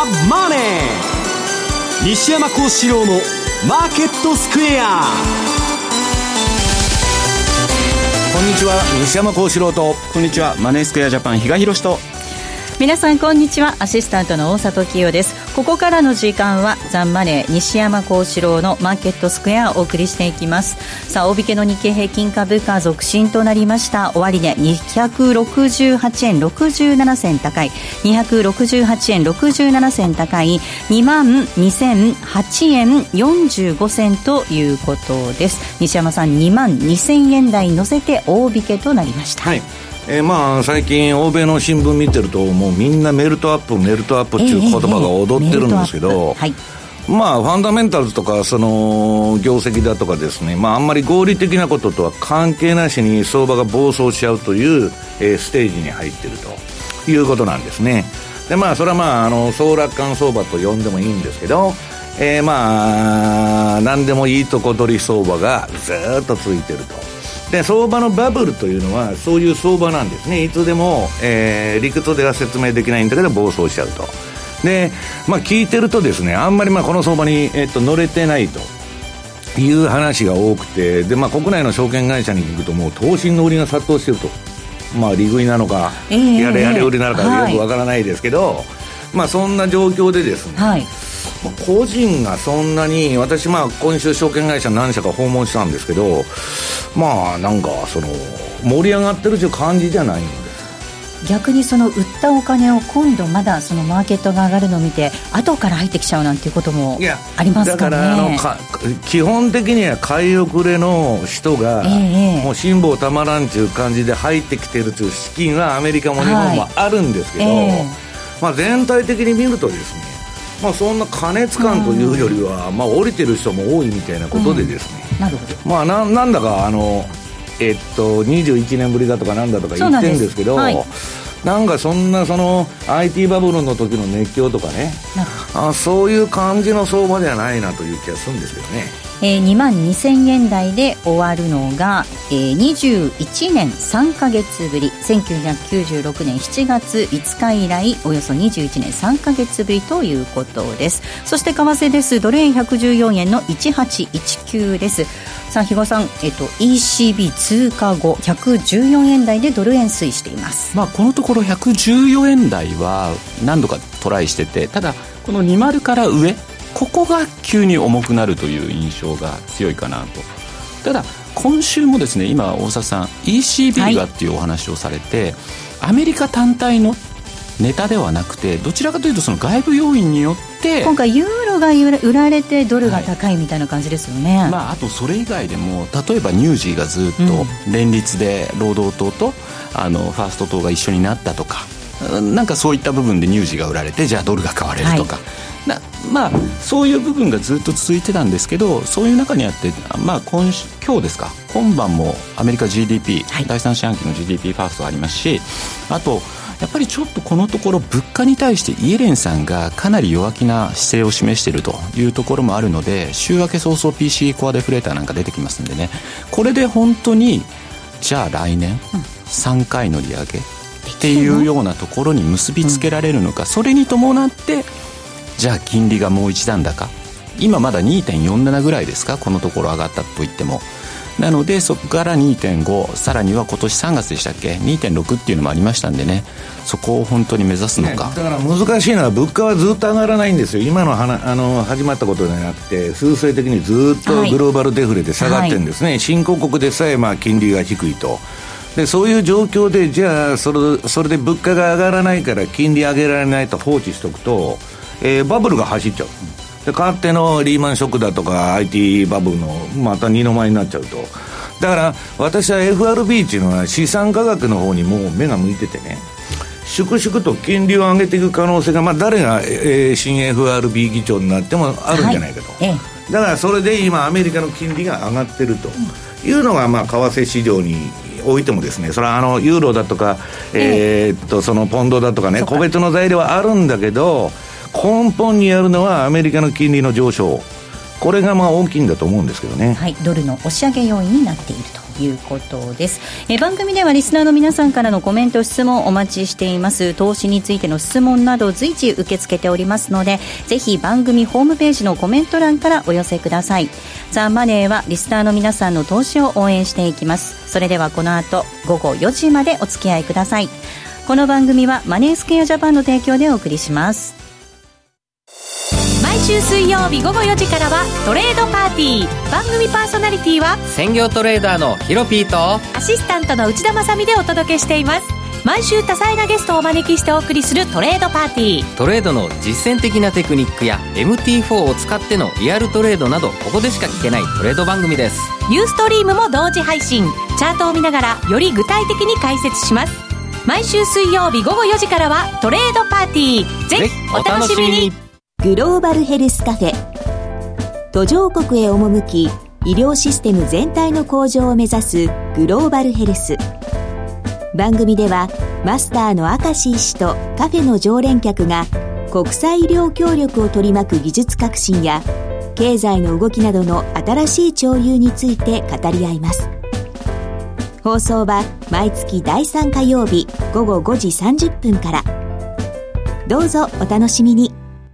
マネー。西山孝四郎のマーケットスクエア。 こんにちは、西山孝四郎と。 こんにちは、マネースクエアジャパン比嘉宏と。 皆さんこんにちは、アシスタントの大里清です。ここからの時間はザンマネー西山孝四郎のマーケットスクエアをお送りしていきます。さあ、大引けの日経平均株価続伸となりました。終値268円67銭高い268円67銭高い 22,008 円45銭ということです。西山さん、22,000円台に乗せて大引けとなりました。 はい。最近欧米の新聞見てると、もうみんなメルトアップっていう言葉が踊ってるんですけど、 はい、 ファンダメンタルズとかその業績だとかですね、あんまり合理的なこととは関係なしに相場が暴走しちゃうという、ステージに入っているということなんですね。で、それは総楽観相場と呼んでもいいんですけど、何でもいいとこ取り相場がずっと続いていると。で、相場のバブルというのはそういう相場なんですね。いつでも、理屈では説明できないんだけど暴走しちゃうと。で、聞いてるとですね、あんまりこの相場に、乗れてないという話が多くて、で、国内の証券会社に聞くと、もう投資の売りが殺到してると。利食いなのか、やれ売りなのかよくわからないですけど、そんな状況でですね、はい、個人がそんなに、私今週証券会社何社か訪問したんですけど、なんか盛り上がってるという感じじゃないんです。 逆にその売ったお金を今度まだそのマーケットが上がるのを見て後から入ってきちゃうなんていうこともありますかね。 だから基本的には買い遅れの人が、もう辛抱たまらんという感じで入ってきてるという資金はアメリカも日本もあるんですけど、全体的に見るとですね、そんな過熱感というよりは、降りてる人も多いみたいなことでですね、 なるほど。 なんだか21年ぶりだとかなんだとか言ってるんですけど、なんかそんなIT バブルの時の熱狂とかね、そういう感じの相場ではないなという気がするんですけどね。 22,000円台で終わるのが、21年3ヶ月ぶり、1996年7月5日以来およそ21年3ヶ月ぶりということです。そして為替です。ドル円114円の1819です。さあ、比嘉さん、ECB 通過後114円台でドル円推移しています。 このところ114円台は何度かトライしてて、ただこの20から上、ここが急に重くなるという印象が強いかなと。ただ今週もですね、今大里さん ECB がっていうお話をされて、アメリカ単体のネタではなくて、どちらかというとその外部要因によって今回ユーロが売られてドルが高いみたいな感じですよね。 あとそれ以外でも、例えばニュージーがずっと連立で労働党とファースト党が一緒になったとか、なんかそういった部分でニュージーが売られて、じゃあドルが買われるとか、そういう部分がずっと続いてたんですけど、そういう中にあって、今日ですか、今晩もアメリカ GDP、第3四半期の GDP ファーストがありますし、あとやっぱりちょっとこのところ物価に対してイエレンさんがかなり弱気な姿勢を示しているというところもあるので、週明け早々 PCE コアデフレーターなんか出てきますんでね、これで本当にじゃあ来年3回の利上げっていうようなところに結びつけられるのか、それに伴ってじゃあ金利がもう一段高、今まだ 2.47 ぐらいですか、このところ上がったと言っても。なのでそこから 2.5、 さらには今年3月でしたっけ 2.6 っていうのもありましたんでね、そこを本当に目指すのか、 だから難しいのは物価はずっと上がらないんですよ。今の始まったことではなくて、数勢的にずっとグローバルデフレで下がってるんですね、新興国でさえ金利が低いと。でそういう状況で、じゃあそれで物価が上がらないから金利上げられないと放置しておくと、バブルが走っちゃう。でかつてのリーマンショックだとか IT バブルのまた二の舞になっちゃうと。だから私は FRB っていうのは資産価格の方にもう目が向いててね、粛々と金利を上げていく可能性が、誰が、新 FRB 議長になってもあるんじゃないかと、だからそれで今アメリカの金利が上がってるというのが、為替市場においてもですね、それはユーロだとか、そのポンドだとかね、個別の材料はあるんだけど、根本にあるのはアメリカの金利の上昇これが大きいんだと思うんですけどね。 はい、ドルの押し上げ要因になっているということです。番組ではリスナーの皆さんからのコメント質問をお待ちしています。投資についての質問など随時受け付けておりますので、ぜひ番組ホームページのコメント欄からお寄せください。ザ・マネーはリスナーの皆さんの投資を応援していきます。それではこの後午後4時までお付き合いください。この番組はマネースクエアジャパンの提供でお送りします。 毎週水曜日午後4時からはトレードパーティー。番組パーソナリティは専業トレーダーのヒロピーとアシスタントの内田まさみでお届けしています。毎週多彩なゲストをお招きしてお送りするトレードパーティー。 トレードの実践的なテクニックや MT4 を使ってのリアルトレードなど、ここでしか聞けないトレード番組です。 ユーストリームも同時配信。チャートを見ながらより具体的に解説します。毎週水曜日午後4時からはトレードパーティー。ぜひお楽しみに。 グローバルヘルスカフェ。途上国へ赴き、医療システム全体の向上を目指すグローバルヘルス。番組ではマスターの明石医師とカフェの常連客が国際医療協力を取り巻く技術革新や経済の動きなどの新しい潮流について語り合います。放送は毎月第3火曜日午後5時30分から。どうぞお楽しみに。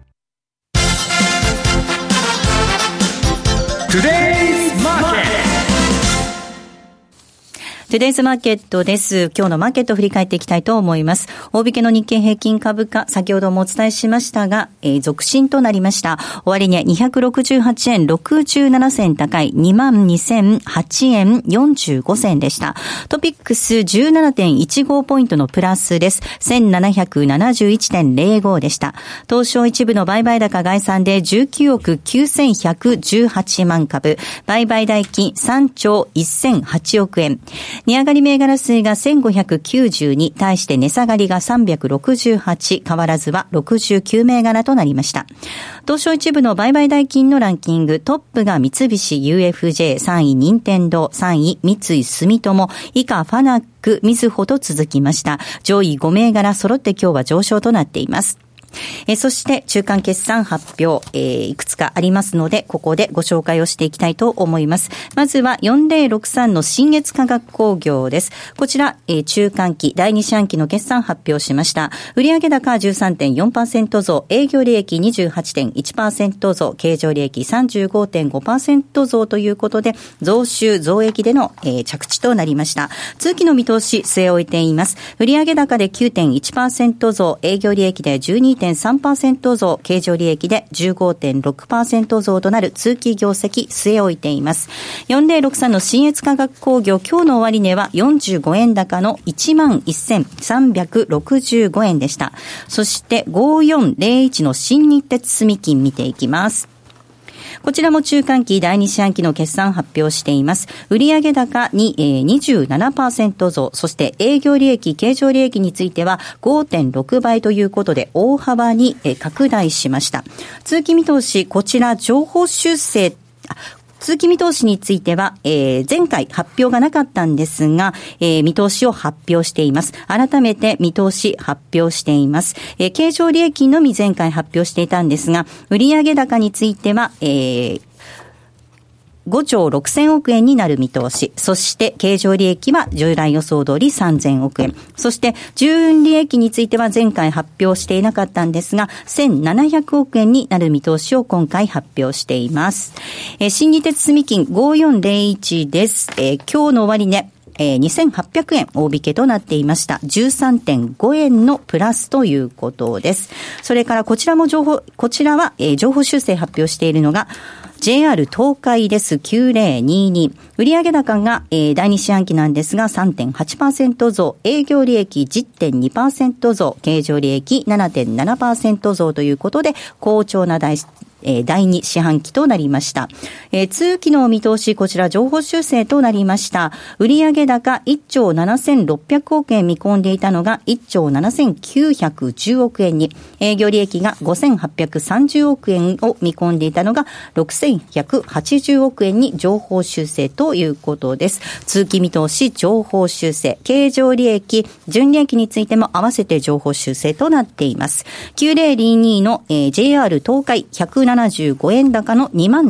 トゥデイズマーケットです。今日のマーケットを振り返っていきたいと思います。大引けの日経平均株価、先ほどもお伝えしましたが、続伸となりました。終値268円67銭高い 22,008 円45銭でした。トピックス 17.15 ポイントのプラスです。1771.05 でした。東証一部の売買高概算で19億9118万株、売買代金3兆1008億円。値上がり銘柄数が1592、対して値下がりが368、変わらずは69銘柄となりました。東証一部の売買代金のランキング、トップが三菱 UFJ、3位任天堂、3位三井住友、以下ファナック、みずほと続きました。上位5銘柄揃って今日は上昇となっています。そして中間決算発表、いくつかありますので、ここでご紹介をしていきたいと思います。まずは4063の信越化学工業です。こちら、中間期第2四半期の決算発表しました。売上高 13.4% 増、営業利益 28.1% 増、経常利益 35.5% 増ということで、増収増益での、着地となりました。通期の見通し据え置いています。売上高で 9.1% 増、営業利益で 12.3% 増、経常利益で 15.6% 増となる通期業績据え置いています。4063の信越化学工業、今日の終値は45円高の 11,365 円でした。そして5401の新日鉄住金見ていきます。こちらも中間期第2四半期の決算発表しています。売上高に 27% 増、そして営業利益、経常利益については 5.6 倍ということで大幅に拡大しました。通期見通し、こちら情報修正、通期見通しについては、前回発表がなかったんですが、見通しを発表しています。改めて見通し発表しています。経常利益のみ前回発表していたんですが、売上高については、5兆6000億円になる見通し。そして経常利益は従来予想通り3000億円。そして純利益については前回発表していなかったんですが、1700億円になる見通しを今回発表しています。新日鉄住金5401です。今日の終値、2800円大引けとなっていました。13.5 円のプラスということです。それからこちらは情報修正発表しているのがJR 東海です。9022。売上高が、第2四半期なんですが 3.8% 増、営業利益 10.2% 増、経常利益 7.7% 増ということで好調な第2四半期となりました。通期の見通し、こちら情報修正となりました。売上高1兆7600億円見込んでいたのが1兆7910億円に、営業利益が5830億円を見込んでいたのが6180億円に情報修正ということです。通期見通し情報修正、経常利益、純利益についても合わせて情報修正となっています。9022の、JR 東海107 175円高の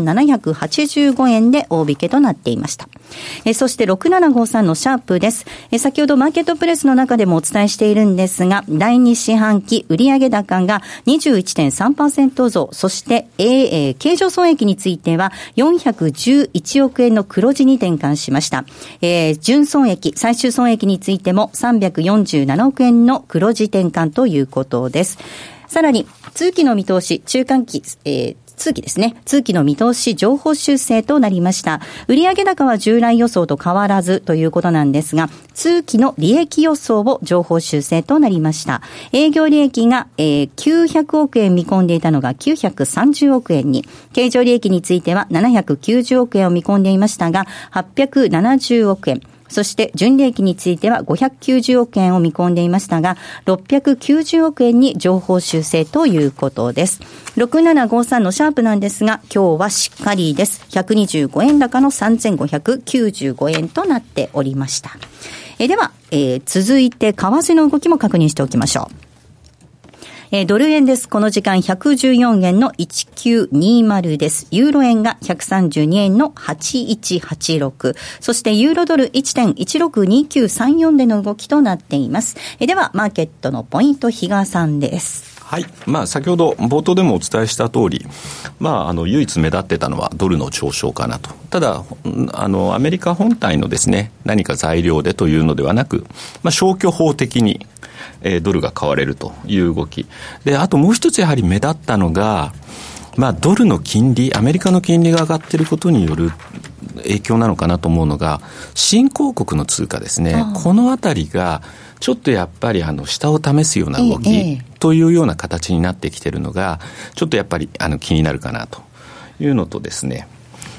2785円で大引けとなっていました。そして6753のシャープです。先ほどマーケットプレスの中でもお伝えしているんですが、第2四半期売上高が 21.3% 増、そして、経常損益については411億円の黒字に転換しました。純損益、最終損益についても347億円の黒字転換ということです。さらに通期の見通し、中間期、通期ですね。通期の見通し上方修正となりました。売上高は従来予想と変わらずということなんですが、通期の利益予想を上方修正となりました。営業利益が、900億円見込んでいたのが930億円に、経常利益については790億円を見込んでいましたが、870億円。そして純利益については590億円を見込んでいましたが、690億円に上方修正ということです。6753のシャープなんですが、今日はしっかりです。125円高の3595円となっておりました。では、続いて為替の動きも確認しておきましょう。ドル円です。この時間114円の1920です。ユーロ円が132円の8186。そしてユーロドル 1.162934 での動きとなっています。ではマーケットのポイント、比嘉さんです。 はい。先ほど冒頭でもお伝えした通り、唯一目立ってたのはドルの上昇かなと。ただ、アメリカ本体のですね、何か材料でというのではなく、消去法的に、ドルが買われるという動き。で、あともう一つやはり目立ったのが、ドルの金利、アメリカの金利が上がっていることによる影響なのかなと思うのが、新興国の通貨ですね。このあたりが、ちょっとやっぱり下を試すような動きというような形になってきているのが、ちょっとやっぱり気になるかなというのとですね、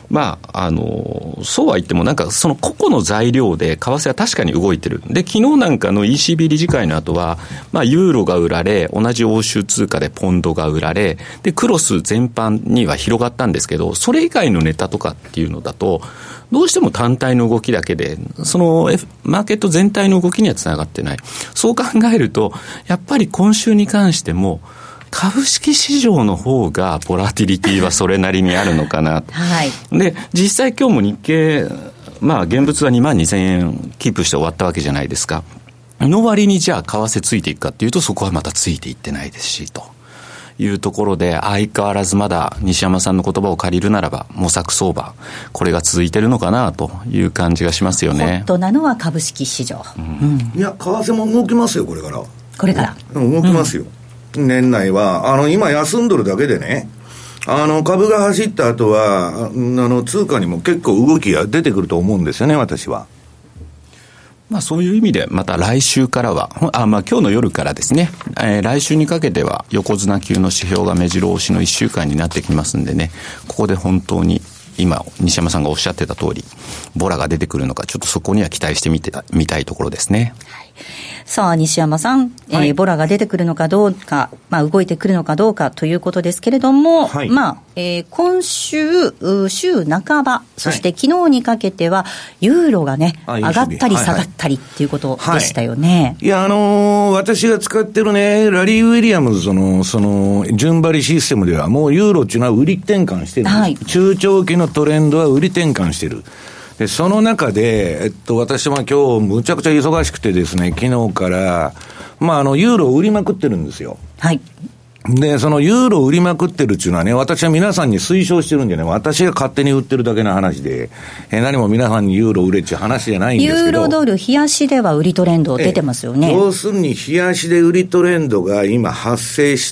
そうは言ってもその個々の材料で為替は確かに動いてる。で、昨日なんかの ECB 理事会の後は、ユーロが売られ、同じ欧州通貨でポンドが売られ、で、クロス全般には広がったんですけど、それ以外のネタとかっていうのだと、どうしても単体の動きだけで、そのマーケット全体の動きにはつながってない。そう考えると、やっぱり今週に関しても、株式市場の方がボラティリティはそれなりにあるのかなと。はい。で、実際今日も日経、現物は22,000円キープして終わったわけじゃないですか。の割にじゃあ為替ついていくかっていうと、そこはまたついていってないですし、というところで、相変わらずまだ西山さんの言葉を借りるならば、模索相場、これが続いてるのかなという感じがしますよね。 ホットなのは株式市場。 いや、為替も動きますよ、これから。 これから。 動きますよ。年内は今休んどるだけでね、株が走った後は通貨にも結構動きが出てくると思うんですよね、私は。 そういう意味でまた来週からは今日の夜からですね、来週にかけては横綱級の指標が目白押しの1週間になってきますんでね、ここで本当に今西山さんがおっしゃってた通りボラが出てくるのか、ちょっとそこには期待してみたいところですね。 はい、さあ西山さん、ボラが出てくるのかどうか、動いてくるのかどうかということですけれども、はい、今週週半ば、そして昨日にかけてはユーロがね、上がったり下がったりっていうことでしたよね。 いや、私が使ってるねラリー・ウィリアムズのその順張りシステムではもうユーロっていうのは売り転換してるんです、はい、中長期のトレンドは売り転換してる。でその中で、私は今日むちゃくちゃ忙しくてですね、昨日からユーロを売りまくってるんですよ。はい。で、そのユーロを売りまくってるっていうのはね、私は皆さんに推奨してるんじゃない、私が勝手に売ってるだけの話で、何も皆さんにユーロ売れっていう話じゃないんですけど。 ユーロドル、冷やしでは売りトレンド出てますよね。 要するに冷やしで売りトレンドが今発生して、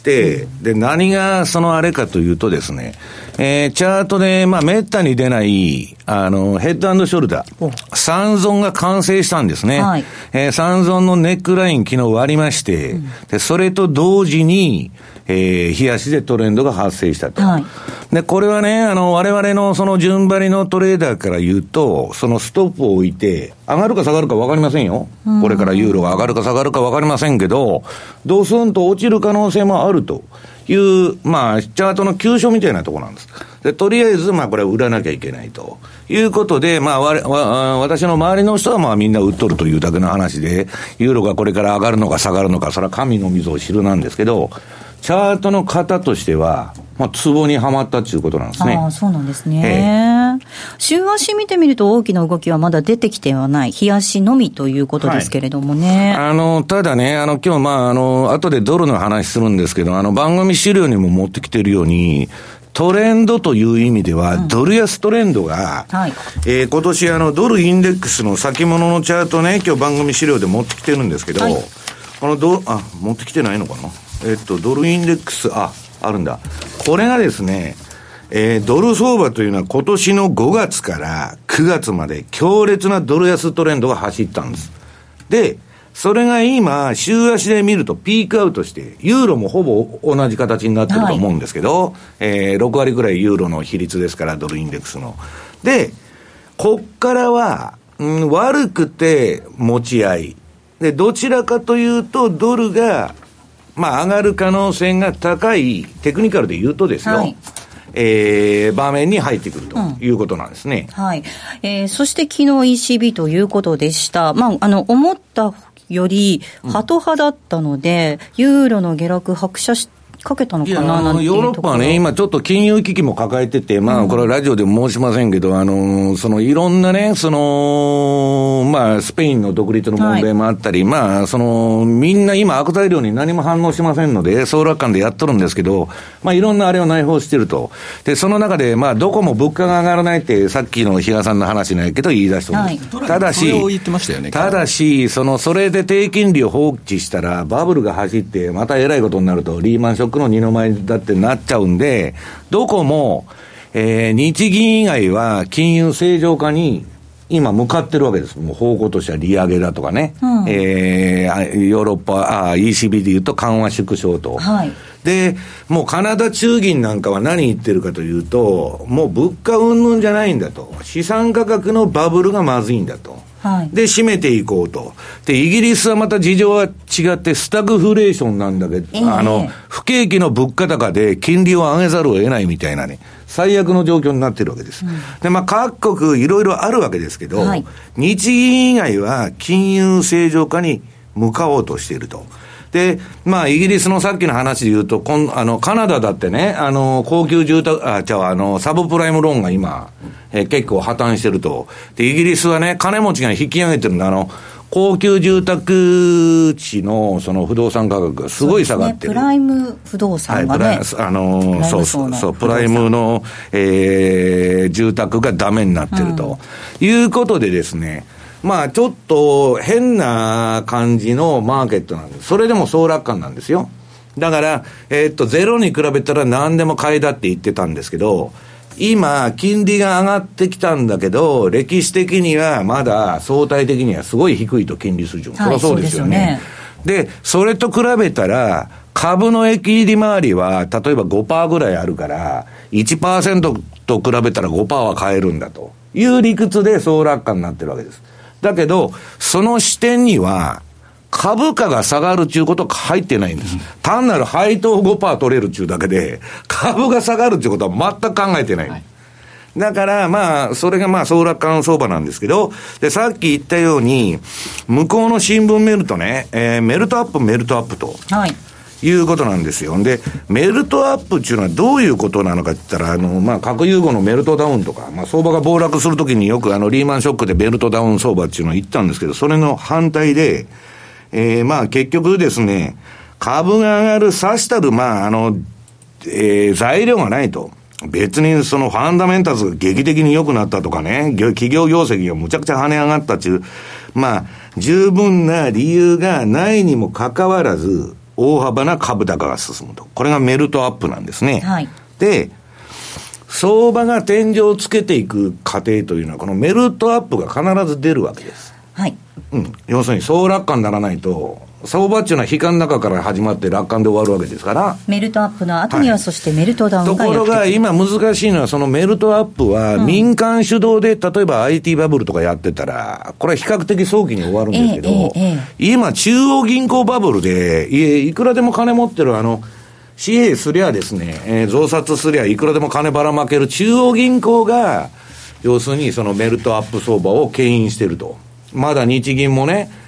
で、何がそのあれかというとですね、チャートで、めったに出ない、ヘッド&ショルダー、三尊が完成したんですね。はい。三尊のネックライン昨日割りまして、で、それと同時に、冷やしでトレンドが発生したと。はい。で、これはね、我々のその順張りのトレーダーから言うと、そのストップを置いて、上がるか下がるか分かりませんよ。これからユーロが上がるか下がるか分かりませんけど、ドスンと落ちる可能性もあるという、チャートの急所みたいなところなんです。で、とりあえず、これは売らなきゃいけないということで、私の周りの人はみんな売っとるというだけの話で、ユーロがこれから上がるのか下がるのか、それは神の溝を知るなんですけど、 チャートの型としては、ツボにはまったということなんですね。 そうなんですね。週足見てみると大きな動きはまだ出てきてはない。日足のみということですけれどもね。 ただね、今日後でドルの話するんですけど、番組資料にも持ってきてるように、トレンドという意味では、ドル安トレンドが、今年ドルインデックスの先物のチャートね、今日番組資料で持ってきてるんですけど、持ってきてないのかな？ドルインデックス、あるんだ。これがですね、ドル相場というのは今年の5月から9月まで強烈なドル安トレンドが走ったんです。で、それが今、週足で見るとピークアウトして、ユーロもほぼ同じ形になってると思うんですけど、6割ぐらいユーロの比率ですから、ドルインデックスの。で、こっからは、悪くて持ち合い。で、どちらかというと、ドルが、上がる可能性が高い、テクニカルで言うとですよ、場面に入ってくるということなんですね。 そして昨日 ECB ということでした。思ったよりハト派だったので、ユーロの下落拍車かけたのかななんていうところ。 ヨーロッパはね、今ちょっと金融危機も抱えてて、これはラジオでも申しませんけど、いろんなね、スペインの独立の問題もあったり、みんな今悪材料に何も反応しませんので、総楽観でやっとるんですけど、いろんなあれを内包してると。で、その中で、どこも物価が上がらないって、さっきの比嘉さんの話ないけど言い出してるんです。ただし、 それを言ってましたよね。 ただし、それで低金利を放置したら、バブルが走って、またえらいことになると、リーマンショックの二の舞だってなっちゃうんで、どこも、日銀以外は金融正常化に今向かってるわけです。もう方向としては利上げだとかね、ヨーロッパ、ECB でいうと緩和縮小と。で、もうカナダ中銀なんかは何言ってるかというと、もう物価云々じゃないんだと。資産価格のバブルがまずいんだと。で、締めていこうと。で、イギリスはまた事情は違ってスタグフレーションなんだけど、不景気の物価高で金利を上げざるを得ないみたいなね、最悪の状況になってるわけです。で、各国いろいろあるわけですけど、日銀以外は金融正常化に向かおうとしていると。で、イギリスのさっきの話で言うと、カナダだってね、高級住宅、サブプライムローンが今、結構破綻してると。で、イギリスはね、金持ちが引き上げてるんだ、高級住宅地のその不動産価格がすごい下がってる。 プライム不動産がね。 プライムの、住宅がダメになってると。いうことでですね、ちょっと変な感じのマーケットなんです。それでも総楽観なんですよ。だから、ゼロに比べたら何でも買いだって言ってたんですけど、今、金利が上がってきたんだけど、歴史的にはまだ相対的にはすごい低いと金利水準。そりゃそうですよね。で、それと比べたら、株の益利回りは、例えば 5% ぐらいあるから、1% と比べたら 5% は買えるんだという理屈で総楽観になってるわけです。だけど、その視点には、株価が下がるっていうことが入ってないんです。単なる配当 5% 取れるっていうだけで、株が下がるっていうことは全く考えてない。だから、それが総楽観相場なんですけど、で、さっき言ったように、向こうの新聞見るとね、メルトアップと。いうことなんですよ。で、メルトアップっていうのはどういうことなのかって言ったら、核融合のメルトダウンとか、相場が暴落するときによくリーマンショックでメルトダウン相場っていうのを言ったんですけど、それの反対で、結局ですね、株が上がるさしたる、材料がないと。別にそのファンダメンタルズが劇的に良くなったとかね、企業業績がむちゃくちゃ跳ね上がったっていう、十分な理由がないにもかかわらず、大幅な株高が進むと。これがメルトアップなんですね。で、相場が天井をつけていく過程というのは、このメルトアップが必ず出るわけです。要するに総楽観にならないと、相場っていうのは悲観の中から始まって楽観で終わるわけですから。 メルトアップの後には、そしてメルトダウンがところが今難しいのは、そのメルトアップは民間主導で、例えば IT バブルとかやってたら、これは比較的早期に終わるんですけど、今中央銀行バブルで、いくらでも金持ってる紙幣すりゃですね、増刷すりゃいくらでも金ばらまける中央銀行が、要するにそのメルトアップ相場を牽引してると。まだ日銀もね、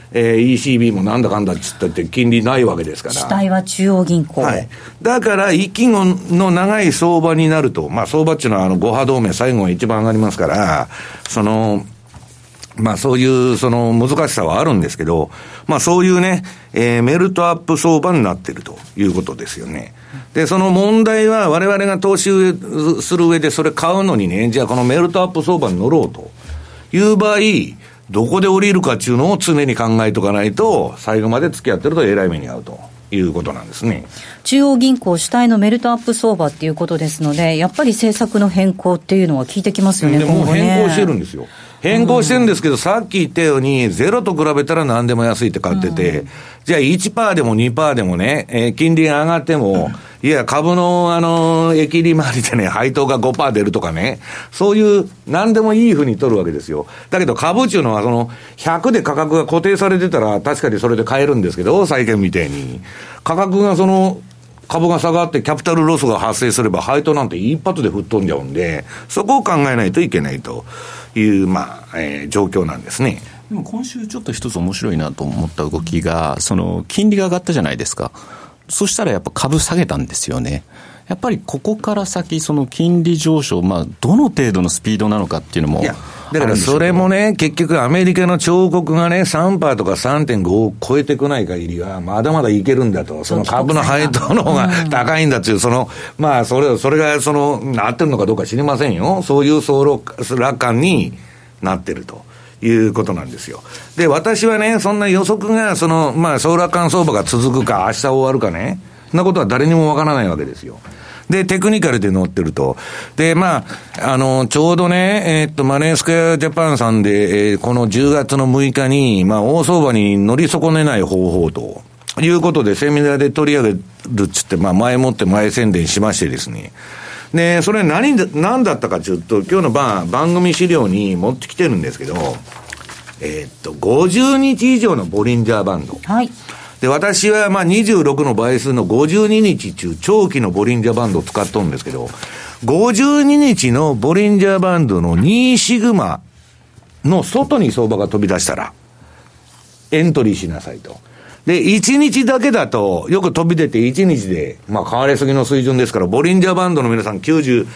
ECB もなんだかんだって言ったって金利ないわけですから。 主体は中央銀行。 はい。だから、息の長い相場になると、まあ相場っていうのは5波同盟最後が一番上がりますから、まあそういう難しさはあるんですけど、まあそういうね、メルトアップ相場になっているということですよね。で、その問題は我々が投資する上でそれ買うのにね、じゃあこのメルトアップ相場に乗ろうという場合、どこで降りるかっていうのを常に考えとかないと、最後まで付き合ってるとえらい目に遭うということなんですね。 中央銀行主体のメルトアップ相場っていうことですので、やっぱり政策の変更っていうのは効いてきますよね。 でもう変更してるんですよ。変更してるんですけど、さっき言ったように、ゼロと比べたら何でも安いって買ってて、じゃあ 1% でも 2% でもね、金利が上がっても、いや、株の益利回りでね、配当が 5% 出るとかね、そういう何でもいい風に取るわけですよ。だけど株っていうのは100で価格が固定されてたら確かにそれで買えるんですけど、債券みたいに。価格が株が下がってキャピタルロスが発生すれば配当なんて一発で吹っ飛んじゃうんで、そこを考えないといけないという、状況なんですね。 でも今週ちょっと一つ面白いなと思った動きが、金利が上がったじゃないですか。そしたらやっぱ株下げたんですよね。やっぱりここから先金利上昇、どの程度のスピードなのかっていうのも、 だからそれもね、結局アメリカの彫刻がね、3% とか 3.5 を超えてこない限りは、まだまだいけるんだと。その株の配当の方が高いんだっていう、それがなってるのかどうか知りませんよ。そういう総楽観になってるということなんですよ。で、私はね、そんな予測が、総楽観相場が続くか、明日終わるかね、そんなことは誰にもわからないわけですよ。で、テクニカルで乗ってると。で、ちょうどね、マネースクエアジャパンさんで、この10月の6日に、大相場に乗り損ねない方法ということで、セミナーで取り上げるっつって、前もって前宣伝しましてですね。で、それ何だったかちょっと、今日の番組資料に持ってきてるんですけど、50日以上のボリンジャーバンド。 はい。 で、私は26の倍数の52日中、長期のボリンジャーバンドを使っとるんですけど、52日のボリンジャーバンドの2シグマの外に相場が飛び出したら、エントリーしなさいと。で、1日だけだと、よく飛び出て1日で、買われすぎの水準ですから、ボリンジャーバンドの皆さん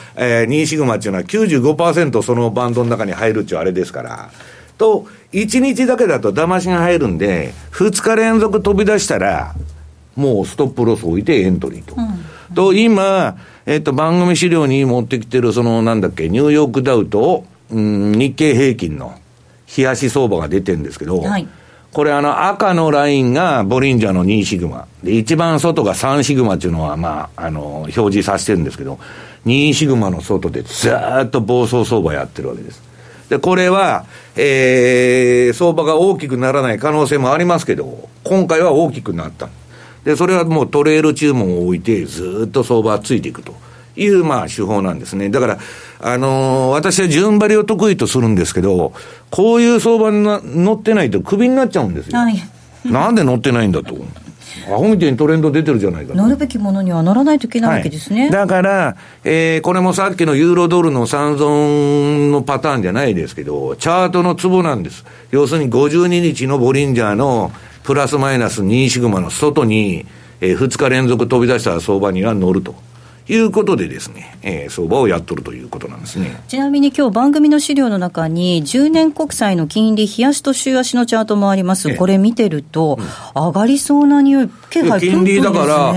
2シグマっていうのは 95% そのバンドの中に入るっていうあれですから、と、1日だけだと騙しが入るんで、2日連続飛び出したら、もうストップロスを置いてエントリーと。と、今、番組資料に持ってきてる、ニューヨークダウと、日経平均の冷やし相場が出てるんですけど、はい、これ赤のラインがボリンジャーの2シグマ。で、一番外が3シグマっていうのは、表示させてるんですけど、2シグマの外でずーっと暴走相場やってるわけです。で、これは、相場が大きくならない可能性もありますけど、今回は大きくなった。で、それはもうトレール注文を置いて、ずっと相場はついていくという、手法なんですね。だから、私は順張りを得意とするんですけど、こういう相場に乗ってないとクビになっちゃうんですよ。はい、なんで乗ってないんだと。アホみたいにトレンド出てるじゃないかと。 乗るべきものには乗らないといけないわけですね。 はい、だから、これもさっきのユーロドルの三尊のパターンじゃないですけど、チャートのツボなんです。要するに52日のボリンジャーのプラスマイナス2シグマの外に、2日連続飛び出した相場には乗るということでですね、相場をやっとるということなんですね。 ちなみに今日番組の資料の中に10年国債の金利冷やしと週足のチャートもあります。これ見てると、上がりそうな匂い気配プンプンですね。 金利だから、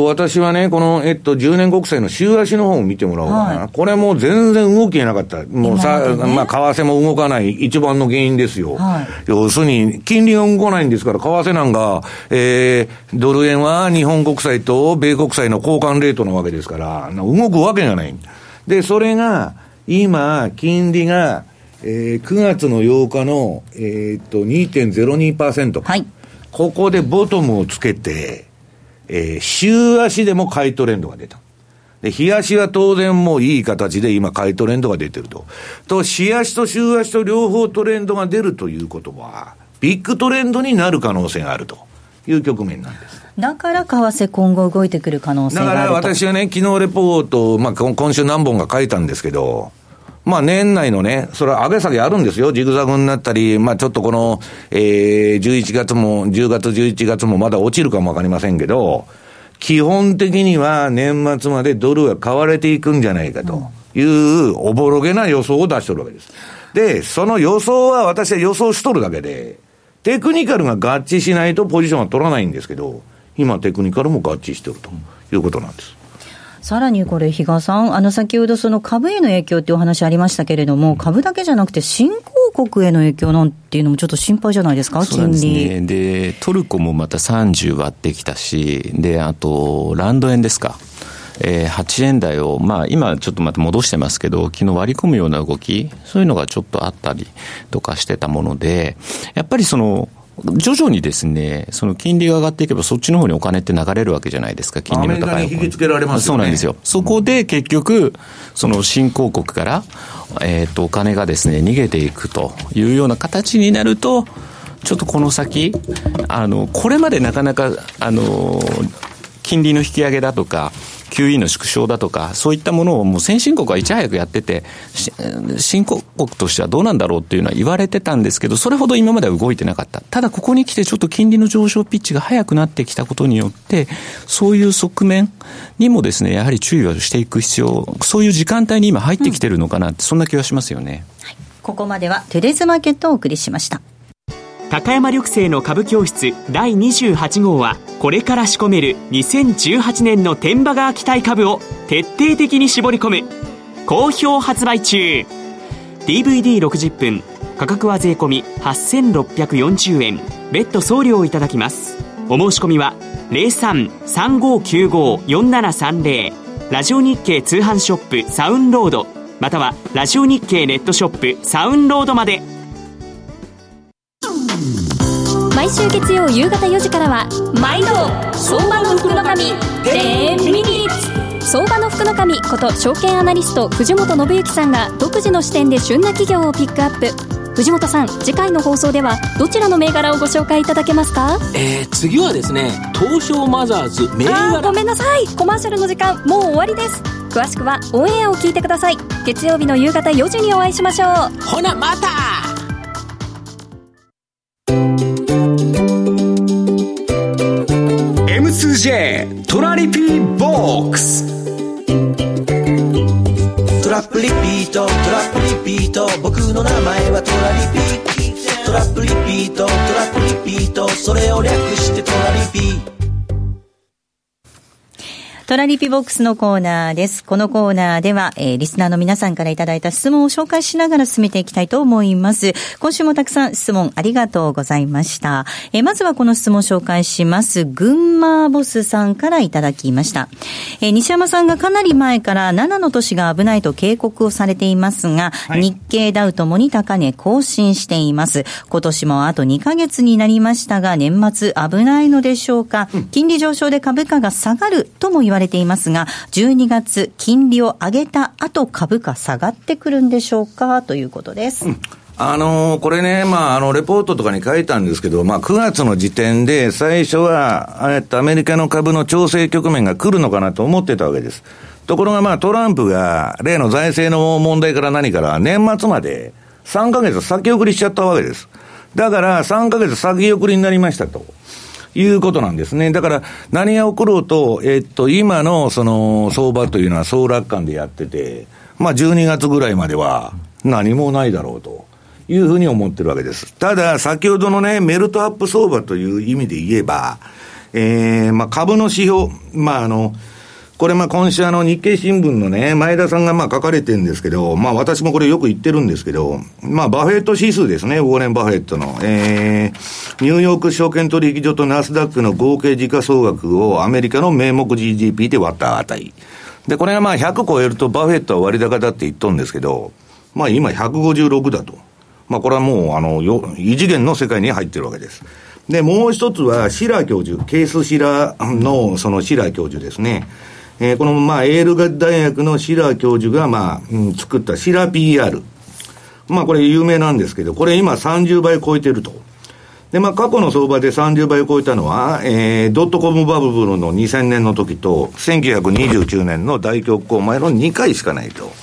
私はねこの、10年国債の週足の方を見てもらおうかな、はい、これもう全然動きがなかった。もうさ、為替も動かない一番の原因ですよ、はい、要するに金利が動かないんですから、為替なんか、ドル円は日本国債と米国債の交換レートのわけですから、動くわけがない。で、それが、今、金利が、9月の8日の、2.02%。はい。ここでボトムをつけて、週足でも買いトレンドが出た。で、日足は当然もういい形で今買いトレンドが出てると。と、日足と週足と両方トレンドが出るということは、ビッグトレンドになる可能性があるという局面なんです。 だから為替今後動いてくる可能性があると。 だから私はね、昨日レポート、今週何本か書いたんですけど、 まあ年内のね、それは上げ下げあるんですよ。ジグザグになったり、まあちょっとこの、11月も、10月、11月もまだ落ちるかもわかりませんけど、基本的には年末までドルが買われていくんじゃないかというおぼろげな予想を出してるわけです。で、その予想は私は予想しとるだけで、テクニカルが合致しないとポジションは取らないんですけど、今テクニカルも合致してるということなんです。 さらにこれ比嘉さん、先ほどその株への影響っていうお話ありましたけれども、株だけじゃなくて新興国への影響なんていうのもちょっと心配じゃないですか。 そうなんですね。でトルコもまた30割ってきたし、であとランド円ですか、8円台を、まあ今ちょっとまた戻してますけど、昨日割り込むような動き、そういうのがちょっとあったりとかしてたもので、やっぱりその徐々にですね、その金利が上がっていけばそっちの方にお金って流れるわけじゃないですか。金利の高い方に。アメリカに引きつけられますよね。そうなんですよ。そこで結局その新興国からお金がですね逃げていくというような形になると、ちょっとこの先これまでなかなか金利の引き上げだとかQE の縮小だとか、そういったものをもう先進国はいち早くやってて、新興国としてはどうなんだろうっていうのは言われてたんですけど、それほど今までは動いてなかった。ただここに来てちょっと金利の上昇ピッチが早くなってきたことによって、そういう側面にもですね、やはり注意をしていく必要、そういう時間帯に今入ってきてるのかなって、そんな気がしますよね。 はい、ここまではトゥデイズマーケットをお送りしました。 高山緑星の株教室第28号は、これから仕込める2018年の天馬川期待株を徹底的に絞り込む好評発売中。 DVD60 分、価格は税込み8640円、別途送料いただきます。お申し込みは 03-3595-4730 ラジオ日経通販ショップサウンロード、またはラジオ日経ネットショップサウンロードまで。 毎週月曜夕方4時からは毎度相場の福の神10ミニッツ。相場の福の神こと証券アナリスト藤本信之さんが独自の視点で旬な企業をピックアップ。藤本さん、次回の放送ではどちらの銘柄をご紹介いただけますか？ 次はですね、東証マザーズ銘柄。 ごめんなさい、コマーシャルの時間もう終わりです。詳しくはオンエアを聞いてください。月曜日の夕方4時にお会いしましょう。 ほなまた。 M2J トラリピーボックス。 トラップリピート、トラップリピート、僕の名前はトラリピ。トラップリピート、トラップリピート、それを略してトラリピ。 トラリピボックスのコーナーです。このコーナーでは、リスナーの皆さんからいただいた質問を紹介しながら進めていきたいと思います。今週もたくさん質問ありがとうございました。まずはこの質問を紹介します。群馬ボスさんからいただきました。西山さんがかなり前から7の都市が危ないと警告をされていますが、はい、日経ダウともに高値更新しています。今年もあと2ヶ月になりましたが、年末危ないのでしょうか。金利上昇で株価が下がるとも言われていますが、12月金利を上げた後株価下がってくるんでしょうか、ということです。 これね、レポートとかに書いたんですけど、9月の時点で最初はアメリカの株の調整局面が来るのかなと思ってたわけです。ところがトランプが例の財政の問題から何から年末まで3ヶ月先送りしちゃったわけです。だから3ヶ月先送りになりましたということなんですね。だから何が起ころうと、今のその相場というのは総楽観でやってて、12月ぐらいまでは何もないだろうというふうに思ってるわけです。ただ先ほどのね、メルトアップ相場という意味で言えば、株の指標、これ今週日経新聞のね、前田さんが書かれてるんですけど、私もこれよく言ってるんですけど、バフェット指数ですね、ウォーレン・バフェットの。ニューヨーク証券取引所とナスダックの合計時価総額をアメリカの名目 GDP で割った値。で、これが100超えるとバフェットは割高だって言っとるんですけど、今156だと。これはもう異次元の世界に入ってるわけです。で、もう一つはシラー教授、ケースシラーのそのシラー教授ですね。このエールガ大学のシラー教授が作ったシラ PR。これ有名なんですけど、これ今30倍超えてると。で、過去の相場で30倍超えたのは、ドットコムバブルの2000年の時と、1929年の大恐慌前の2回しかないと。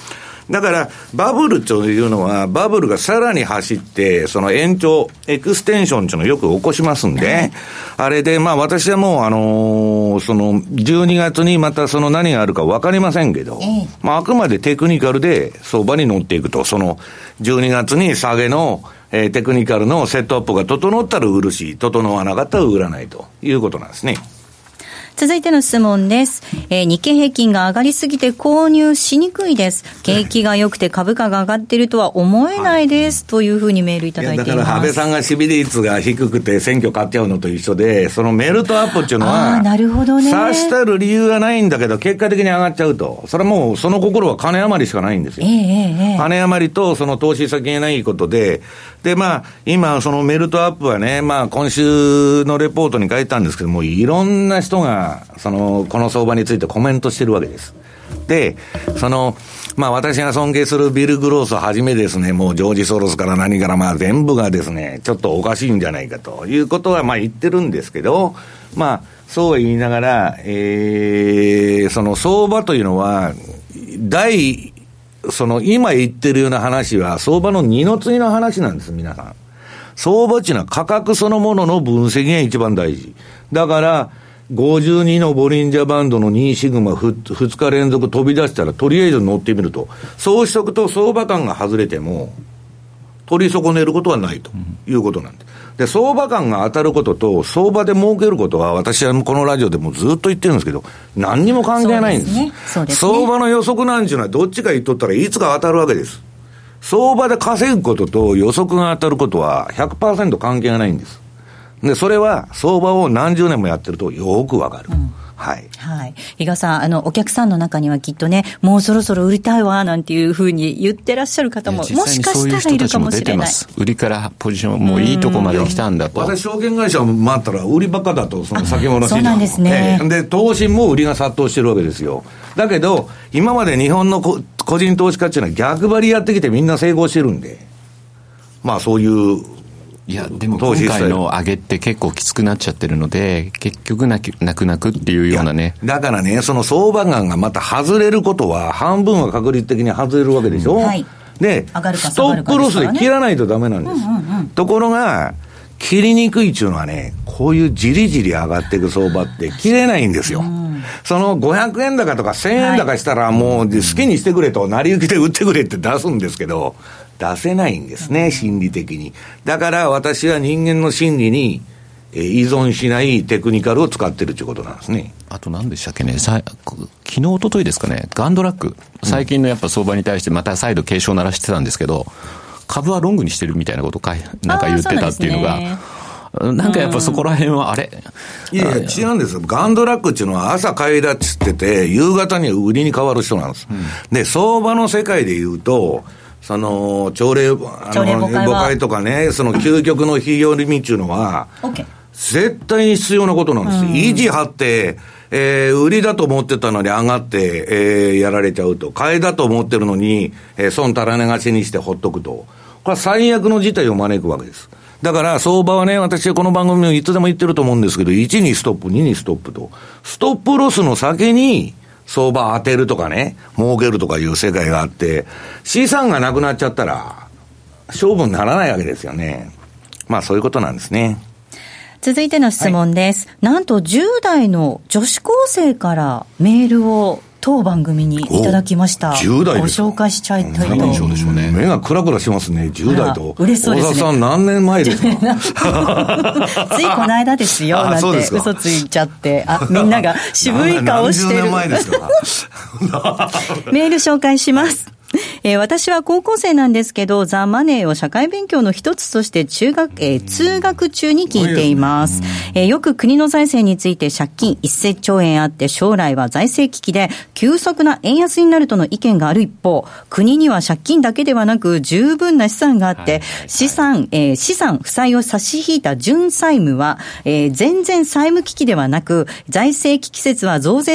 だからバブルというのはバブルがさらに走ってその延長エクステンションというのをよく起こしますんで、あれで私はもうその12月にまたその何があるか分かりませんけど、あくまでテクニカルで相場に乗っていくと、その12月に下げのテクニカルのセットアップが整ったら売るし、整わなかったら売らないということなんですね。 続いての質問です。日経平均が上がりすぎて購入しにくいです。景気が良くて株価が上がっているとは思えないです、というふうにメールいただいています。 だから安倍さんが支持率が低くて選挙買っちゃうのと一緒で、そのメルトアップっていうのはなるほどね、 さしたる理由がないんだけど結果的に上がっちゃうと、それはもうその心は金余りしかないんですよ。金余りとその投資先がないことで、今そのメルトアップはね、今週のレポートに書いたんですけども、いろんな人がこの相場についてコメントしてるわけです。で、私が尊敬するビル・グロースをはじめですね、もうジョージ・ソロスから何から全部がですね、ちょっとおかしいんじゃないかということは言ってるんですけど、そうは言いながら、その相場というのは、今言ってるような話は相場の二の次の話なんです、皆さん。相場っていうのは価格そのものの分析が一番大事。だから、52のボリンジャーバンドの2シグマ 2日連続飛び出したらとりあえず乗ってみると、そうしとくと相場感が外れても取り損ねることはないということなんです。で、相場感が当たることと相場で儲けることは、私はこのラジオでもずっと言ってるんですけど、何にも関係ないんです。 そうですね。 相場の予測なんていうのはどっちか言っとったらいつか当たるわけです。相場で稼ぐことと予測が当たることは 100% 関係がないんです。で、それは相場を何十年もやってるとよくわかる。はい。 比嘉さん、お客さんの中にはきっとね、もうそろそろ売りたいわなんていうふうに言ってらっしゃる方ももしかしたらいるかもしれない。 売りからポジションもういいとこまで来たんだと。 私証券会社を回ったら売りばっかだと、その先物市場。 そうなんですね。 で、投信も売りが殺到してるわけですよ。だけど今まで日本の個人投資家っていうのは逆張りやってきてみんな成功してるんで、そういういやでも今回の上げって結構きつくなっちゃってるので、結局泣くっていうようなね。 だからね、その相場感がまた外れることは半分は確率的に外れるわけでしょ、でストップロスで切らないとダメなんです、ところが切りにくいっていうのはね、こういうじりじり上がっていく相場って切れないんですよ、その500円高とか1000円高したらもう好きにしてくれと、成り行きで売ってくれって出すんですけど、出せないんですね、心理的に。だから私は人間の心理に依存しないテクニカルを使ってるということなんですね。 あと何でしたっけね、昨日一昨日ですかね、ガンドラック、最近のやっぱ相場に対してまた再度警鐘を鳴らしてたんですけど、株はロングにしてるみたいなことをなんか言ってたっていうのが、なんかやっぱそこら辺はあれ、 いや違うんですよ。ガンドラックっていうのは朝買いだっつってて夕方に売りに変わる人なんです、で相場の世界でいうとその朝礼誤解とかね、その究極の非寄り道っていうのは絶対に必要なことなんです、維持張って、売りだと思ってたのに上がって、やられちゃうと、買いだと思ってるのに、損たらねがちにしてほっとくと、これは最悪の事態を招くわけです。だから相場はね、私はこの番組でいつでも言ってると思うんですけど、1にストップ2にストップと、ストップロスの先に相場当てるとかね、儲けるとかいう世界があって、資産がなくなっちゃったら勝負にならないわけですよね。そういうことなんですね。 続いての質問です、なんと10代の女子高生からメールを当番組にいただきました。 10代ご紹介しちゃいたいと。 目がクラクラしますね、10代と。 嬉しそうですね。 小田さん何年前ですかついこの間ですよなんて嘘ついちゃって、みんなが渋い顔してる。 何十年前ですかメール紹介します。私は高校生なんですけど、ザ・マネーを社会勉強の一つとして通学中に聞いています。よく国の財政について借金1000兆円あって将来は財政危機で急速な円安になるとの意見がある一方、国には借金だけではなく十分な資産があって、資産負債を差し引いた純債務は、全然債務危機ではなく、財政危機説は増税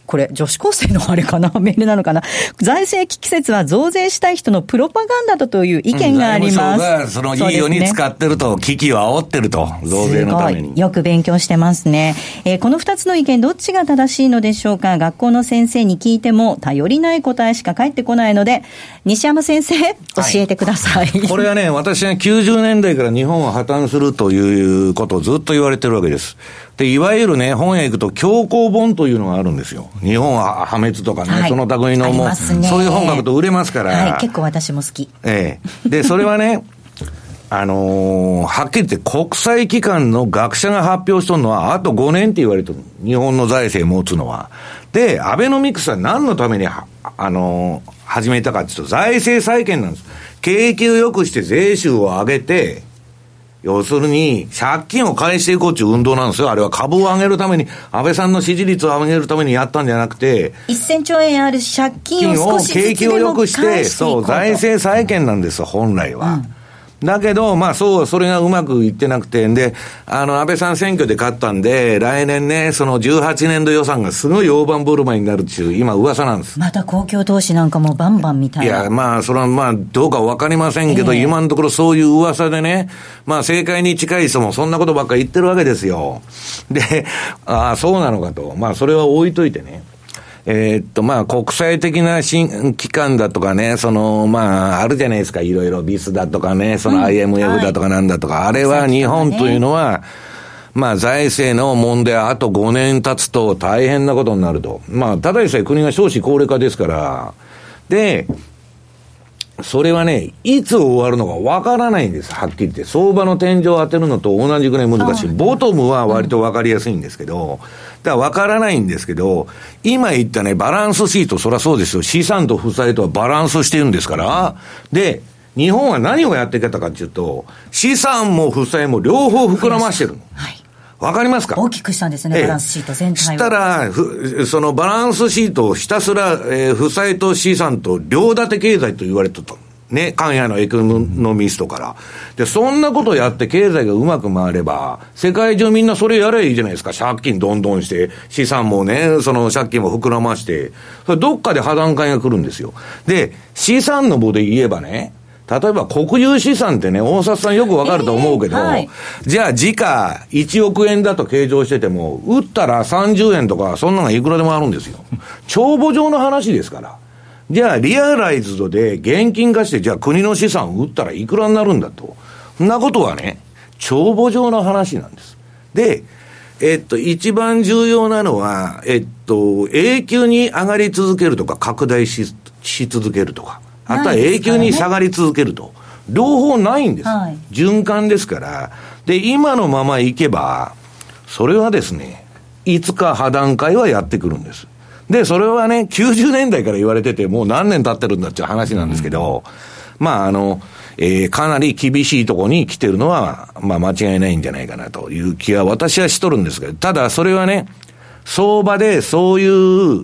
これ女子高生のあれかなメールなのかな。財政危機説は増税したい人のプロパガンダだという意見があります。 財務省がそのいいように使ってると、危機を煽ってると、増税のために。 よく勉強してますね。この2つの意見どっちが正しいのでしょうか。学校の先生に聞いても頼りない答えしか返ってこないので、西山先生教えてください。 これはね、私は90年代から日本は破綻するということをずっと言われてるわけです。で、いわゆるね、本屋行くと強行本というのがあるんですよ。日本は破滅とかね、その類のもう、そういう本書くと売れますから。 はい、結構私も好き。 で、それはね、はっきり言って国際機関の学者が発表しとるのはあと5年って言われてる。日本の財政持つのは。で、アベノミクスは何のために始めたかっていうと、財政再建なんです。景気を良くして税収を上げて、要するに、借金を返していこうという運動なんですよ。あれは株を上げるために、安倍さんの支持率を上げるためにやったんじゃなくて、 1000兆円ある借金を少しずつでも返していこうと。景気を良くして、 そう、財政再建なんですよ、本来は。だけど、まあそれがうまくいってなくて、で、安倍さん選挙で勝ったんで、来年ね、その18年度予算がすごい大盤振る舞いになるっていう、今噂なんです。 また公共投資なんかもバンバンみたいな。 いや、まあ、それはまあ、どうかわかりませんけど、今のところそういう噂でね、まあ政界に近い人もそんなことばっかり言ってるわけですよ。で、そうなのかと。まあそれは置いといてね。まあ、国際的な機関だとかね、まあ、あるじゃないですか、いろいろビスだとかね、IMF だとかなんだとか、あれは日本というのは、まあ、財政の問題はあと5年経つと大変なことになると。まあ、ただでさえ国が少子高齢化ですから、で、それはね、いつ終わるのかわからないんです、はっきり言って。相場の天井を当てるのと同じくらい難しい。ボトムは割とわかりやすいんですけど、だからわからないんですけど、今言ったね、バランスシート、そりゃそうですよ。資産と負債とはバランスしてるんですから。で、日本は何をやってきたかっていうと、資産も負債も両方膨らましてるの。はい。わかりますか？ 大きくしたんですね、バランスシート全体を。 したら、そのバランスシートをひたすら、負債と資産と両立て経済と言われてた。ね、関野のエコノミストから。で、そんなことやって経済がうまく回れば、世界中みんなそれやればいいじゃないですか。借金どんどんして、資産もね、その借金も膨らまして、それどっかで破談会が来るんですよ。で、資産の方で言えばね、例えば国有資産ってね、大札さんよくわかると思うけど、はい、じゃあ時価1億円だと計上してても、売ったら30円とか、そんなのがいくらでもあるんですよ。帳簿上の話ですから。じゃあリアライズドで現金化して、じゃあ国の資産を売ったらいくらになるんだと。そんなことはね、帳簿上の話なんです。で、一番重要なのは、永久に上がり続けるとか、拡大し続けるとか。あとは永久に下がり続けると。両方ないんです。はい、循環ですから。で、今のままいけば、それはですね、いつか破談会はやってくるんです。で、それはね、90年代から言われてて、もう何年経ってるんだっていう話なんですけど、まあ、かなり厳しいところに来てるのは、まあ間違いないんじゃないかなという気は私はしとるんですけど、ただそれはね、相場でそういう、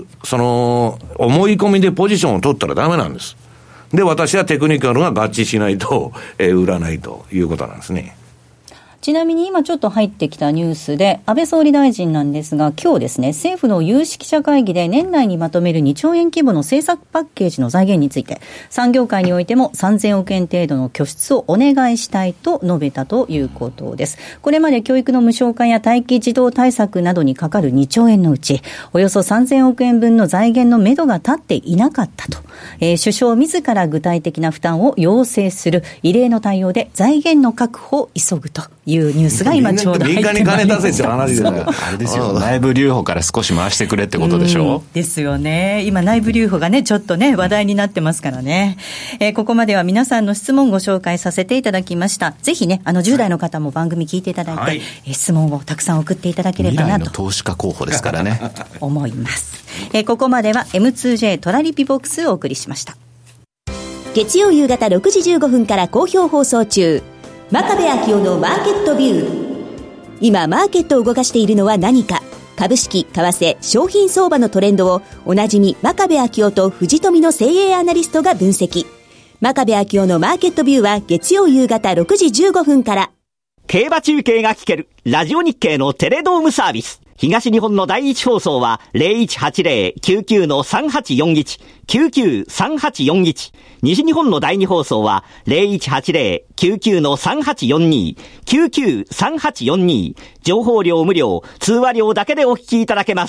思い込みでポジションを取ったらダメなんです。で、私はテクニカルが合致しないと、売らないということなんですね。 ちなみに今ちょっと入ってきたニュースで、安倍総理大臣なんですが、今日ですね、政府の有識者会議で年内にまとめる2兆円規模の政策パッケージの財源について、産業界においても3000億円程度の拠出をお願いしたいと述べたということです。これまで教育の無償化や待機児童対策などにかかる2兆円のうち、およそ3000億円分の財源のめどが立っていなかったと、首相自ら具体的な負担を要請する異例の対応で財源の確保を急ぐというニュースが今ちょうど入ってまいりました。 民間に金出せって話ですよ。 あれですよ、内部留保から少し回してくれってことでしょ。 ですよね。今内部留保がねちょっとね話題になってますからね。ここまでは皆さんの質問をご紹介させていただきました。ぜひね10代の方も番組聞いていただいて、はい、質問をたくさん送っていただければなと。 未来の投資家候補ですからね思います。ここまでは M2J トラリピボックスをお送りしました。 月曜夕方6時15分から好評放送中、真壁昭夫のマーケットビュー。今マーケットを動かしているのは何か、株式、為替、商品相場のトレンドをおなじみ真壁昭夫と藤富の精鋭アナリストが分析。真壁昭夫のマーケットビューは月曜夕方6時15分から。 競馬中継が聞けるラジオ日経のテレドームサービス。東日本の第一放送は 0180-99-3841 99-3841。西日本の第二放送は 0180-99-3842 99-3842。情報量無料、通話料だけでお聞きいただけます。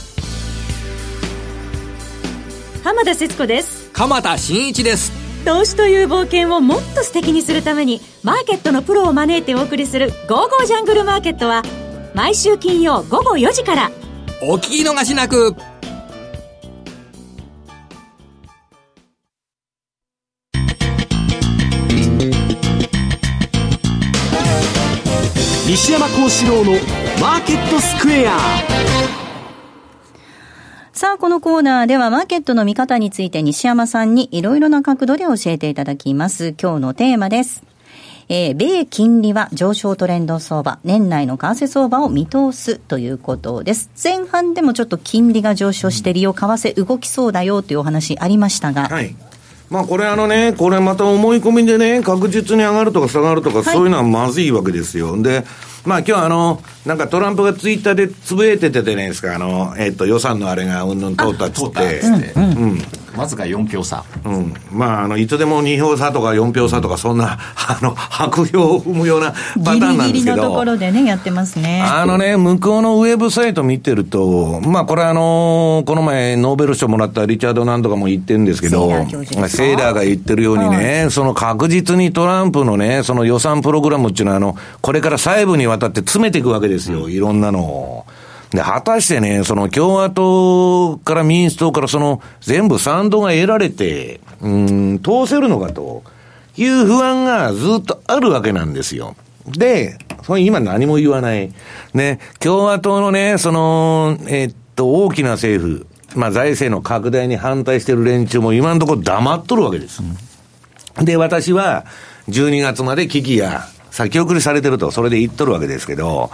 浜田節子です。 鎌田新一です。 投資という冒険をもっと素敵にするためにマーケットのプロを招いてお送りするゴーゴージャングルマーケットは毎週金曜午後4時から。 お聞き逃しなく。 西山幸四郎のマーケットスクエア。 さあ、このコーナーではマーケットの見方について西山さんにいろいろな角度で教えていただきます。今日のテーマです。米金利は上昇トレンド相場、年内の為替相場を見通すということです。前半でもちょっと金利が上昇して利用為替動きそうだよというお話ありましたが、 はい、まあこれこれまた思い込みでね、確実に上がるとか下がるとか、そういうのはまずいわけですよ。で、まあ今日なんかトランプがツイッターでつぶやいててじゃないですか、予算のあれがうんぬん通ったっつって、 わずか4票差。 まあいつでも2票差とか4票差とか、そんな白票を踏むようなパターンなんですけど、ギリギリのところでねやってますね。 向こうのウェブサイト見てると、まあこれこの前ノーベル賞もらったリチャードなんとかも言ってるんですけど、セイラーが言ってるようにね、その確実にトランプのね、その予算プログラムっていうのはこれから細部にわたって詰めていくわけですよ、いろんなのを。で、果たしてね、その共和党から民主党から全部賛同が得られて、通せるのかという不安がずっとあるわけなんですよ。で、今何も言わない。ね、共和党のね、大きな政府、まあ財政の拡大に反対してる連中も今のところ黙っとるわけです。で、私は12月まで危機が先送りされてると、それで言っとるわけですけど、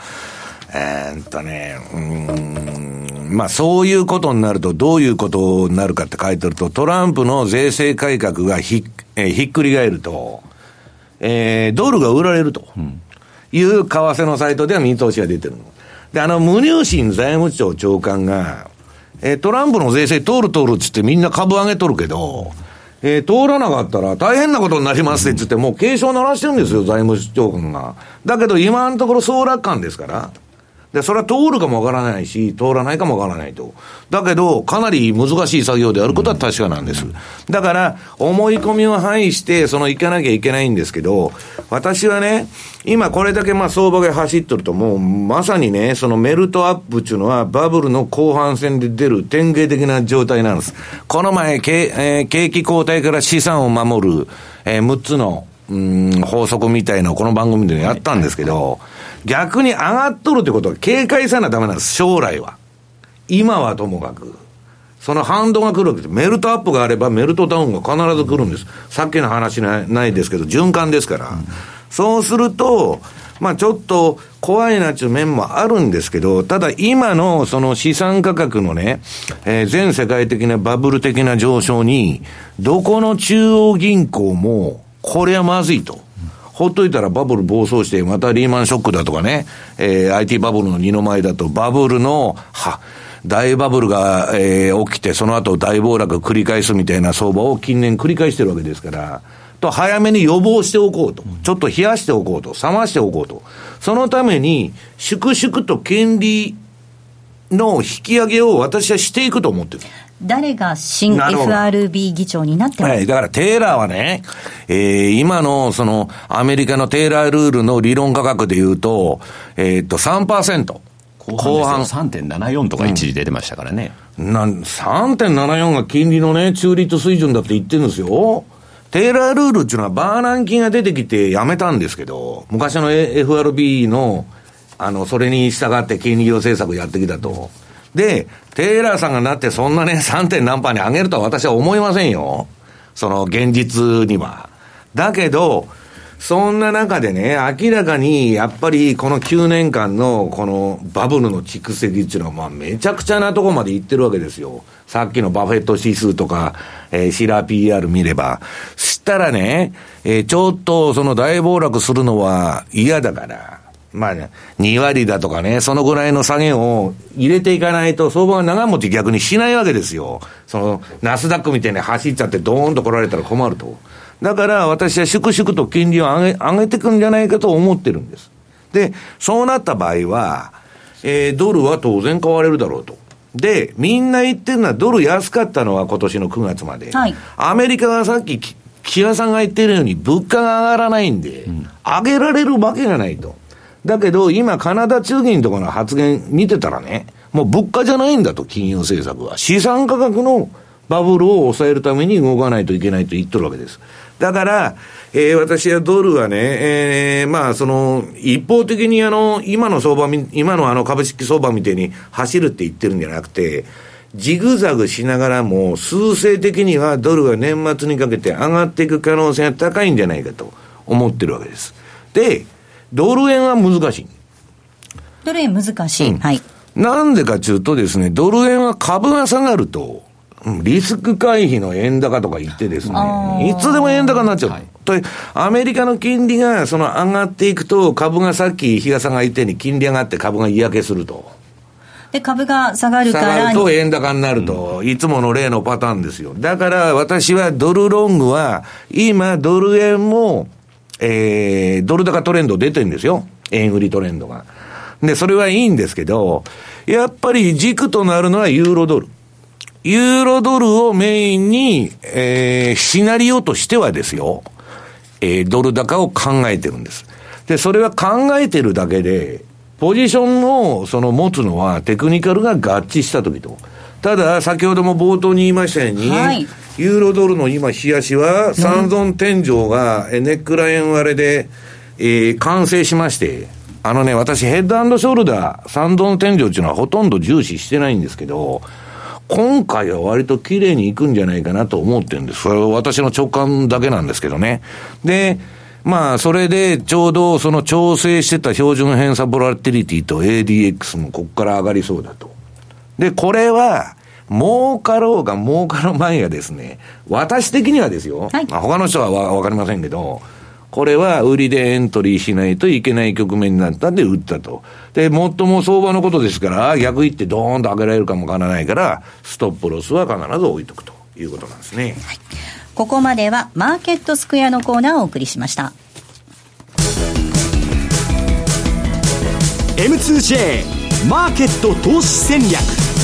まあそういうことになるとどういうことになるかって書いてると、トランプの税制改革がひっくり返ると、ドルが売られるという為替のサイトでは見通しが出てるの。で、ムニューシン財務庁長官が、トランプの税制通るっつってみんな株上げとるけど、通らなかったら大変なことになりますって言ってもう警鐘を鳴らしてるんですよ、財務長官が。だけど今のところ総楽観ですから。で、それは通るかもわからないし、通らないかもわからないと。だけど、かなり難しい作業であることは確かなんです。だから、思い込みを排して、行かなきゃいけないんですけど、私はね、今これだけ相場が走ってると、もう、まさにね、メルトアップっていうのは、バブルの後半戦で出る典型的な状態なんです。この前、景気後退から資産を守る、6つの、法則みたいなこの番組でやったんですけど、逆に上がっとるってことは警戒さなダメなんです、将来は。今はともかく。その反動が来るわけです。メルトアップがあればメルトダウンが必ず来るんです。さっきの話ないですけど、循環ですから。そうすると、まあちょっと怖いなっていう面もあるんですけど、ただ今の資産価格のね、全世界的なバブル的な上昇に、どこの中央銀行も、これはまずいと。ほっといたらバブル暴走して、またリーマンショックだとかね、IT バブルの二の舞だと、バブルの、大バブルが、起きて、その後大暴落を繰り返すみたいな相場を近年繰り返してるわけですから、と早めに予防しておこうと。ちょっと冷やしておこうと。冷ましておこうと。そのために、粛々と金利の引き上げを私はしていくと思ってる。 誰が新 FRB 議長になっても、 はい、だからテイラーはね、今のアメリカのテイラールールの理論価格で言うと、3%。 後半 3.74 とか一時出てましたからね。 3.74 が金利のね、中立水準だって言ってるんですよ。テイラールールっていうのはバーナンキが出てきてやめたんですけど、昔の FRB の、それに従って金利政策やってきたと。で、テイラーさんがなってそんなね、3. 何%に上げるとは私は思いませんよ。現実には。だけど、 そんな中でね、明らかにやっぱりこの9年間のこのバブルの蓄積っていうのはまあめちゃくちゃなとこまで行ってるわけですよ。さっきのバフェット指数とか、シラー PR 見れば。したらね、ちょっとその大暴落するのは嫌だから、まあね、2割だとかね、そのぐらいの下げを入れていかないと相場が長持ち逆にしないわけですよ。そのナスダックみたいに走っちゃってドーンと来られたら困ると。だから私は粛々と金利を上げていくんじゃないかと思ってるんです。で、そうなった場合は、ドルは当然買われるだろうと。で、みんな言ってるのはドル安かったのは今年の9月まで。はい、アメリカがさっき木屋さんが言ってるように物価が上がらないんで、上げられるわけがないと。だけど今カナダ中銀とかの発言見てたらね、もう物価じゃないんだと、金融政策は。資産価格のバブルを抑えるために動かないといけないと言ってるわけです。だから、私はドルはね、まあその一方的に今の株式相場みたいに走るって言ってるんじゃなくて、ジグザグしながらも数勢的にはドルが年末にかけて上がっていく可能性が高いんじゃないかと思ってるわけです。で、ドル円は難しい。 ドル円難しい。はい。 なんでかというとですね、ドル円は株が下がると、リスク回避の円高とか言ってですね、いつでも円高になっちゃう。はい、とアメリカの金利が上がっていくと、株がさっき比嘉さんが言ったように金利上がって株が嫌気すると。 で、株が下がるから。 下がると円高になると、いつもの例のパターンですよ。だから私はドルロングは、今ドル円も、ドル高トレンド出てるんですよ。円売りトレンドが。で、それはいいんですけど、やっぱり軸となるのはユーロドル。ユーロドルをメインに、シナリオとしてはですよ、ドル高を考えてるんです。で、それは考えてるだけで、ポジションを持つのはテクニカルが合致したときと。ただ、先ほども冒頭に言いましたように、はい、ユーロドルの今、冷やしは、三尊天井がネックライン割れで、完成しまして、私ヘッド&ショルダー、三尊天井っていうのはほとんど重視してないんですけど、今回は割と綺麗にいくんじゃないかなと思ってるんです。それは私の直感だけなんですけどね。で、まあ、それでちょうどその調整してた標準偏差ボラティリティと ADX もここから上がりそうだと。で、これは、儲かろうが儲かる前がですね、私的にはですよ、はい、まあ、他の人はわかりませんけど、これは売りでエントリーしないといけない局面になったんで売ったと。で、最も相場のことですから、逆行ってドーンと上げられるかもわからないから、ストップロスは必ず置いとくということなんですね。はい、 ここまではマーケットスクエアのコーナーをお送りしました。 M2J マーケット投資戦略。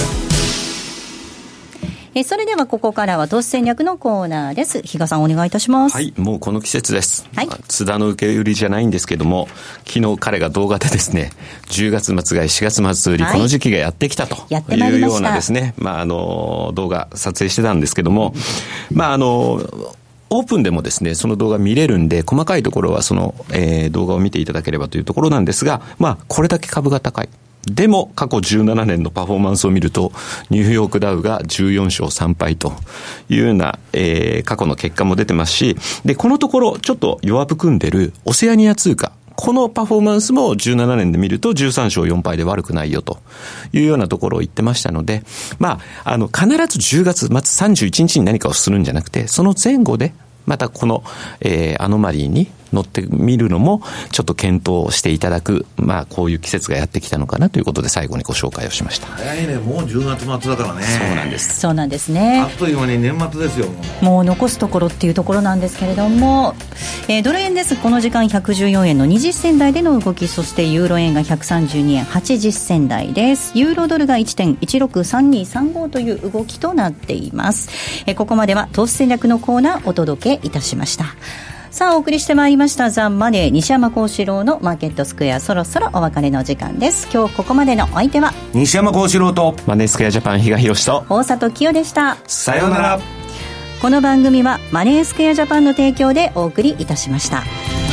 それではここからは投資戦略のコーナーです。比嘉さんお願いいたします。 はい、もうこの季節です。はい、津田の受け売りじゃないんですけども、昨日彼が動画でですね、10月末買い4月末売り、この時期がやってきたというようなですね、まあ動画撮影してたんですけども、まあオープンでもですね、その動画見れるんで、細かいところはその、動画を見ていただければというところなんですが、まあこれだけ株が高い。でも過去17年のパフォーマンスを見ると、ニューヨークダウが14勝3敗というような、過去の結果も出てますし、でこのところちょっと弱含んでるオセアニア通貨、このパフォーマンスも17年で見ると13勝4敗で悪くないよというようなところを言ってましたので、まあ必ず10月末31日に何かをするんじゃなくて、その前後でまたこの、アノマリーに乗ってみるのもちょっと検討していただく、まあこういう季節がやってきたのかなということで最後にご紹介をしました。 早いね、もう10月末だからね。 そうなんです。 そうなんですね。 あっという間に年末ですよ。 もう残すところっていうところなんですけれども、ドル円です。この時間114円の20銭台での動き、そしてユーロ円が132円80銭台です。ユーロドルが 1.163235 という動きとなっています。ここまでは投資戦略のコーナーお届けいたしました。さあお送りしてまいりましたザ・マネー西山幸四郎のマーケットスクエア、そろそろお別れの時間です。今日ここまでのお相手は西山幸四郎とマネースクエアジャパン比嘉宏と大里清でした。 さようなら。 この番組はマネースクエアジャパンの提供でお送りいたしました。